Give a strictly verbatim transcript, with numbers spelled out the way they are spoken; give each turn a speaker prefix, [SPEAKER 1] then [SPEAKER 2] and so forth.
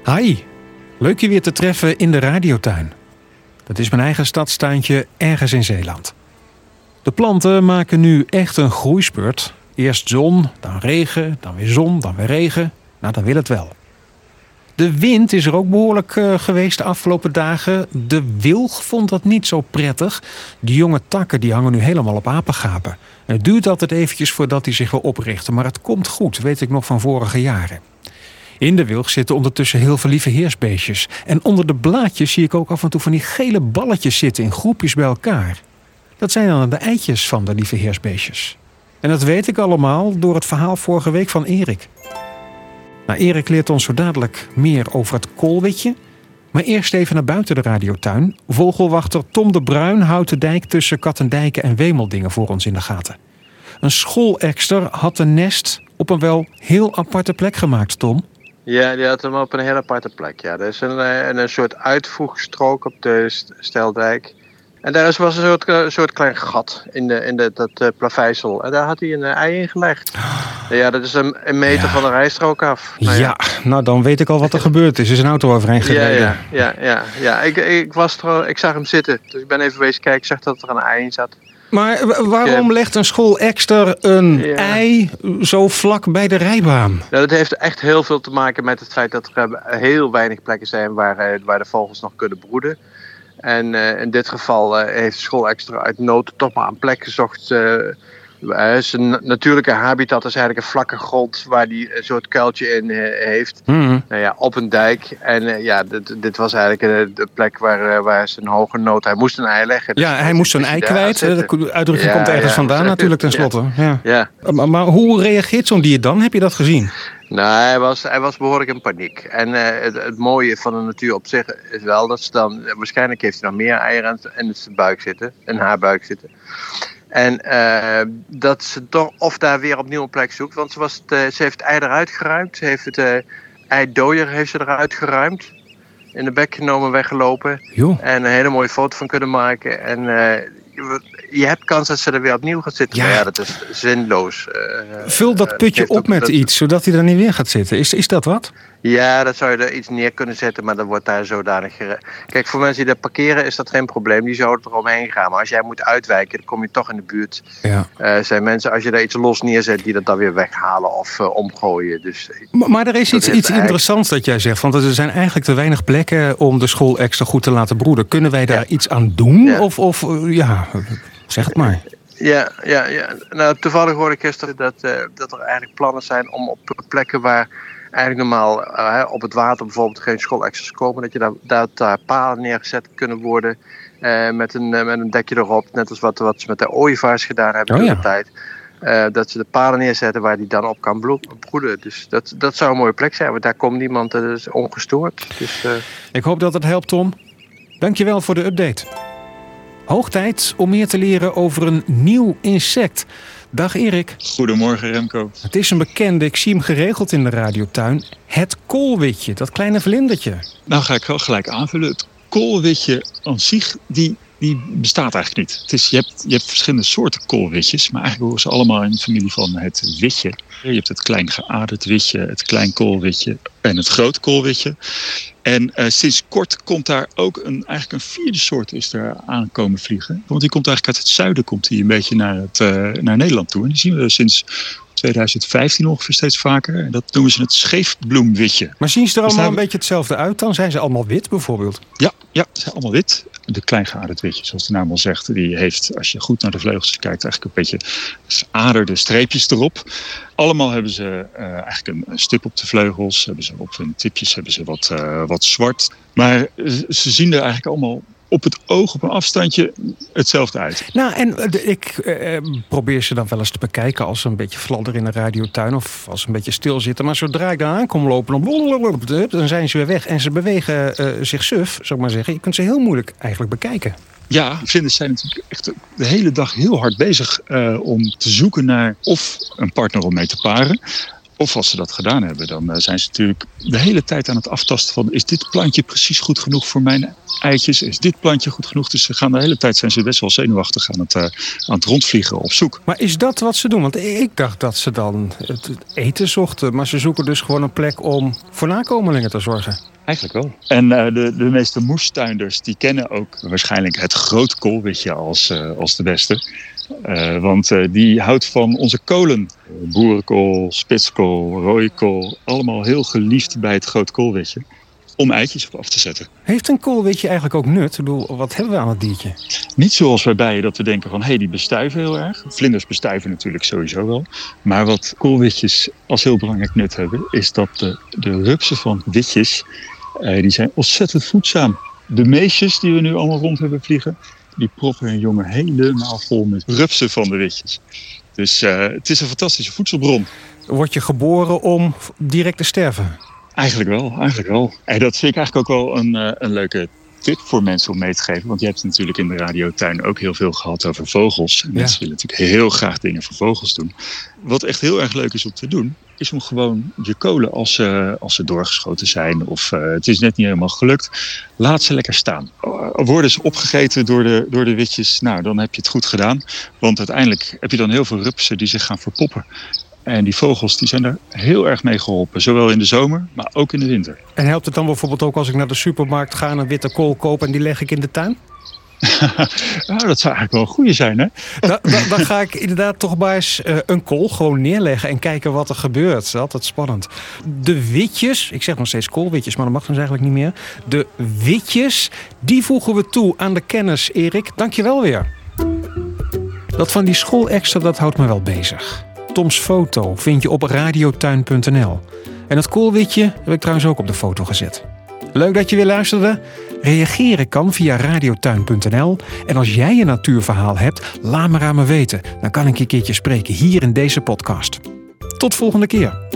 [SPEAKER 1] Hi, leuk je weer te treffen in de radiotuin. Dat is mijn eigen stadstuintje ergens in Zeeland. De planten maken nu echt een groeispurt. Eerst zon, dan regen, dan weer zon, dan weer regen. Nou, dan wil het wel. De wind is er ook behoorlijk uh, geweest de afgelopen dagen. De wilg vond dat niet zo prettig. Die jonge takken die hangen nu helemaal op apengapen. En het duurt altijd eventjes voordat die zich weer oprichten. Maar het komt goed, weet ik nog van vorige jaren. In de wilg zitten ondertussen heel veel lieve heersbeestjes. En onder de blaadjes zie ik ook af en toe van die gele balletjes zitten in groepjes bij elkaar. Dat zijn dan de eitjes van de lieve heersbeestjes. En dat weet ik allemaal door het verhaal vorige week van Erik. Nou, Erik leert ons zo dadelijk meer over het koolwitje. Maar eerst even naar buiten de radiotuin. Vogelwachter Tom de Bruin houdt de dijk tussen Kattendijke en Wemeldingen voor ons in de gaten. Een schoolekster had een nest op een wel heel aparte plek gemaakt, Tom.
[SPEAKER 2] Ja, die had hem op een heel aparte plek. Ja. Er is een, een, een soort uitvoegstrook op de Steldijk. En daar was een soort, een soort klein gat in, de, in de, dat uh, plaveisel. En daar had hij een uh, ei in gelegd. Ja, dat is een, een meter ja. van de rijstrook af. Nou, ja.
[SPEAKER 1] ja, nou dan weet ik al wat er gebeurd is. Er is een auto overheen gereden.
[SPEAKER 2] Ja, ja, ja, ja, ja. Ik, ik, was er, ik zag hem zitten. Dus ik ben even wezen kijken. Ik zag dat er een ei in zat.
[SPEAKER 1] Maar waarom ja. legt een schoolekster een ja. ei zo vlak bij de rijbaan?
[SPEAKER 2] Nou, dat heeft echt heel veel te maken met het feit dat er heel weinig plekken zijn waar, waar de vogels nog kunnen broeden. En uh, in dit geval uh, heeft de schoolekster uit nood toch maar een plek gezocht. Uh, uh, zijn natuurlijke habitat is eigenlijk een vlakke grond waar hij een soort kuiltje in uh, heeft. Mm-hmm. Nou ja, op een dijk. En uh, ja, dit, dit was eigenlijk uh, de plek waar, uh, waar zijn hoge nood... Hij moest een ei leggen. Dus
[SPEAKER 1] ja, hij moest een ei kwijt. De uitdrukking ja, komt ergens ja, vandaan natuurlijk tenslotte. Ja.
[SPEAKER 2] Ja. Ja.
[SPEAKER 1] Maar, maar hoe reageert zo'n dier dan? Heb je dat gezien?
[SPEAKER 2] Nou, hij was, hij was behoorlijk in paniek. En uh, het, het mooie van de natuur op zich is wel dat ze dan... Waarschijnlijk heeft hij nog meer eieren in zijn buik zitten. In haar buik zitten. En uh, dat ze toch of daar weer opnieuw een plek zoekt. Want ze, was het, uh, ze heeft het ei eruit geruimd. Ze heeft het uh, eidooier heeft ze eruit geruimd. In de bek genomen, weggelopen. Jo. En een hele mooie foto van kunnen maken. En uh, je hebt kans dat ze er weer opnieuw gaat zitten. Ja, maar ja, dat is zinloos. Uh,
[SPEAKER 1] Vul dat putje op met dat, iets, zodat hij er niet weer gaat zitten. Is, is dat wat?
[SPEAKER 2] Ja, dat zou je er iets neer kunnen zetten, maar dan wordt daar zodanig... Gere... Kijk, voor mensen die dat parkeren is dat geen probleem. Die zouden er omheen gaan. Maar als jij moet uitwijken, dan kom je toch in de buurt. Ja. Uh, zijn mensen, als je daar iets los neerzet, die dat dan weer weghalen of uh, omgooien. Dus,
[SPEAKER 1] maar, maar er is iets, iets eigenlijk... interessants dat jij zegt. Want er zijn eigenlijk te weinig plekken om de schoolekster goed te laten broeden. Kunnen wij daar ja. iets aan doen? Ja. Of, of uh, ja, zeg het maar.
[SPEAKER 2] Ja, ja, ja. Nou, toevallig hoorde ik gisteren dat, uh, dat er eigenlijk plannen zijn om op plekken waar... Eigenlijk normaal uh, op het water bijvoorbeeld geen schooleksters komen. Dat je daar, daar, daar palen neergezet kunnen worden. Uh, met, een, uh, met een dekje erop. Net als wat, wat ze met de ooievaars gedaan hebben oh, in de ja. tijd. Uh, dat ze de palen neerzetten waar die dan op kan broeden. Dus dat, dat zou een mooie plek zijn. Want daar komt niemand uh, dus ongestoord. Dus, uh...
[SPEAKER 1] Ik hoop dat het helpt, Tom. Dankjewel voor de update. Hoog tijd om meer te leren over een nieuw insect. Dag Erik.
[SPEAKER 3] Goedemorgen Remco.
[SPEAKER 1] Het is een bekende, ik zie hem geregeld in de radiotuin. Het koolwitje, dat kleine vlindertje.
[SPEAKER 3] Nou ga ik wel gelijk aanvullen. Het koolwitje aan zich, die, die bestaat eigenlijk niet. Het is, je, hebt, je hebt verschillende soorten koolwitjes, maar eigenlijk horen ze allemaal in de familie van het witje. Je hebt het klein geaderd witje, het klein koolwitje en het groot koolwitje. En uh, sinds kort komt daar ook een, eigenlijk een vierde soort is er aankomen vliegen. Want die komt eigenlijk uit het zuiden, komt die een beetje naar, het, uh, naar Nederland toe. En die zien we sinds twintig vijftien ongeveer steeds vaker. En dat noemen ze het scheefbloemwitje.
[SPEAKER 1] Maar zien ze er allemaal dus een beetje hetzelfde uit dan? Zijn ze allemaal wit bijvoorbeeld?
[SPEAKER 3] Ja, ja, ze zijn allemaal wit. De kleingeaderd witje, zoals de naam al zegt, die heeft, als je goed naar de vleugels kijkt, eigenlijk een beetje geaderde streepjes erop. Allemaal hebben ze uh, eigenlijk een, een stip op de vleugels. Hebben ze op hun tipjes hebben ze wat, uh, wat zwart. Maar ze zien er eigenlijk allemaal op het oog, op een afstandje, hetzelfde uit.
[SPEAKER 1] Nou, en uh, ik uh, probeer ze dan wel eens te bekijken als ze een beetje fladderen in een radiotuin of als ze een beetje stilzitten. Maar zodra ik daar aan kom lopen, dan zijn ze weer weg. En ze bewegen uh, zich suf, zou ik maar zeggen. Je kunt ze heel moeilijk eigenlijk bekijken.
[SPEAKER 3] Ja, vlinders zijn natuurlijk echt de hele dag heel hard bezig uh, om te zoeken naar of een partner om mee te paren. Of als ze dat gedaan hebben, dan uh, zijn ze natuurlijk de hele tijd aan het aftasten van... is dit plantje precies goed genoeg voor mijn eitjes? Is dit plantje goed genoeg? Dus ze gaan de hele tijd zijn ze best wel zenuwachtig aan het, uh, aan het rondvliegen op zoek.
[SPEAKER 1] Maar is dat wat ze doen? Want ik dacht dat ze dan het eten zochten. Maar ze zoeken dus gewoon een plek om voor nakomelingen te zorgen.
[SPEAKER 3] Eigenlijk wel. En uh, de, de meeste moestuinders die kennen ook waarschijnlijk het groot koolwitje als, uh, als de beste. Uh, want uh, die houdt van onze kolen. Boerenkool, spitskool, rode kool. Allemaal heel geliefd bij het groot koolwitje. Om eitjes op af te zetten.
[SPEAKER 1] Heeft een koolwitje eigenlijk ook nut? Ik bedoel, wat hebben we aan het diertje?
[SPEAKER 3] Niet zoals wij bijen dat we denken van... hé, hey, die bestuiven heel erg. Vlinders bestuiven natuurlijk sowieso wel. Maar wat koolwitjes als heel belangrijk nut hebben... is dat de, de rupsen van witjes... Uh, die zijn ontzettend voedzaam. De meesjes die we nu allemaal rond hebben vliegen... die proppen hun jongen helemaal vol met rupsen van de witjes. Dus uh, het is een fantastische voedselbron.
[SPEAKER 1] Word je geboren om direct te sterven?
[SPEAKER 3] Eigenlijk wel, eigenlijk wel. En dat vind ik eigenlijk ook wel een, uh, een leuke tip voor mensen om mee te geven. Want je hebt natuurlijk in de radiotuin ook heel veel gehad over vogels. En ja. Mensen willen natuurlijk heel graag dingen voor vogels doen. Wat echt heel erg leuk is om te doen... is om gewoon je kolen als ze, als ze doorgeschoten zijn... of uh, het is net niet helemaal gelukt... laat ze lekker staan. Worden ze opgegeten door de, door de witjes... nou, dan heb je het goed gedaan. Want uiteindelijk heb je dan heel veel rupsen die zich gaan verpoppen. En die vogels die zijn daar heel erg mee geholpen. Zowel in de zomer, maar ook in de winter.
[SPEAKER 1] En helpt het dan bijvoorbeeld ook als ik naar de supermarkt ga... en een witte kool koop en die leg ik in de tuin?
[SPEAKER 3] Nou, dat zou eigenlijk wel een goeie zijn, hè?
[SPEAKER 1] Da, da, dan ga ik inderdaad toch maar eens uh, een kool gewoon neerleggen... en kijken wat er gebeurt. Dat is altijd spannend. De witjes, ik zeg nog steeds koolwitjes... maar dat mag dus eigenlijk niet meer. De witjes, die voegen we toe aan de kennis, Erik. Dank je wel weer. Dat van die schoolextra, dat houdt me wel bezig. Toms foto vind je op radiotuin punt n l. En het koolwitje heb ik trouwens ook op de foto gezet. Leuk dat je weer luisterde. Reageren kan via radiotuin punt n l. En als jij een natuurverhaal hebt, laat maar aan me weten. Dan kan ik je een keertje spreken hier in deze podcast. Tot volgende keer.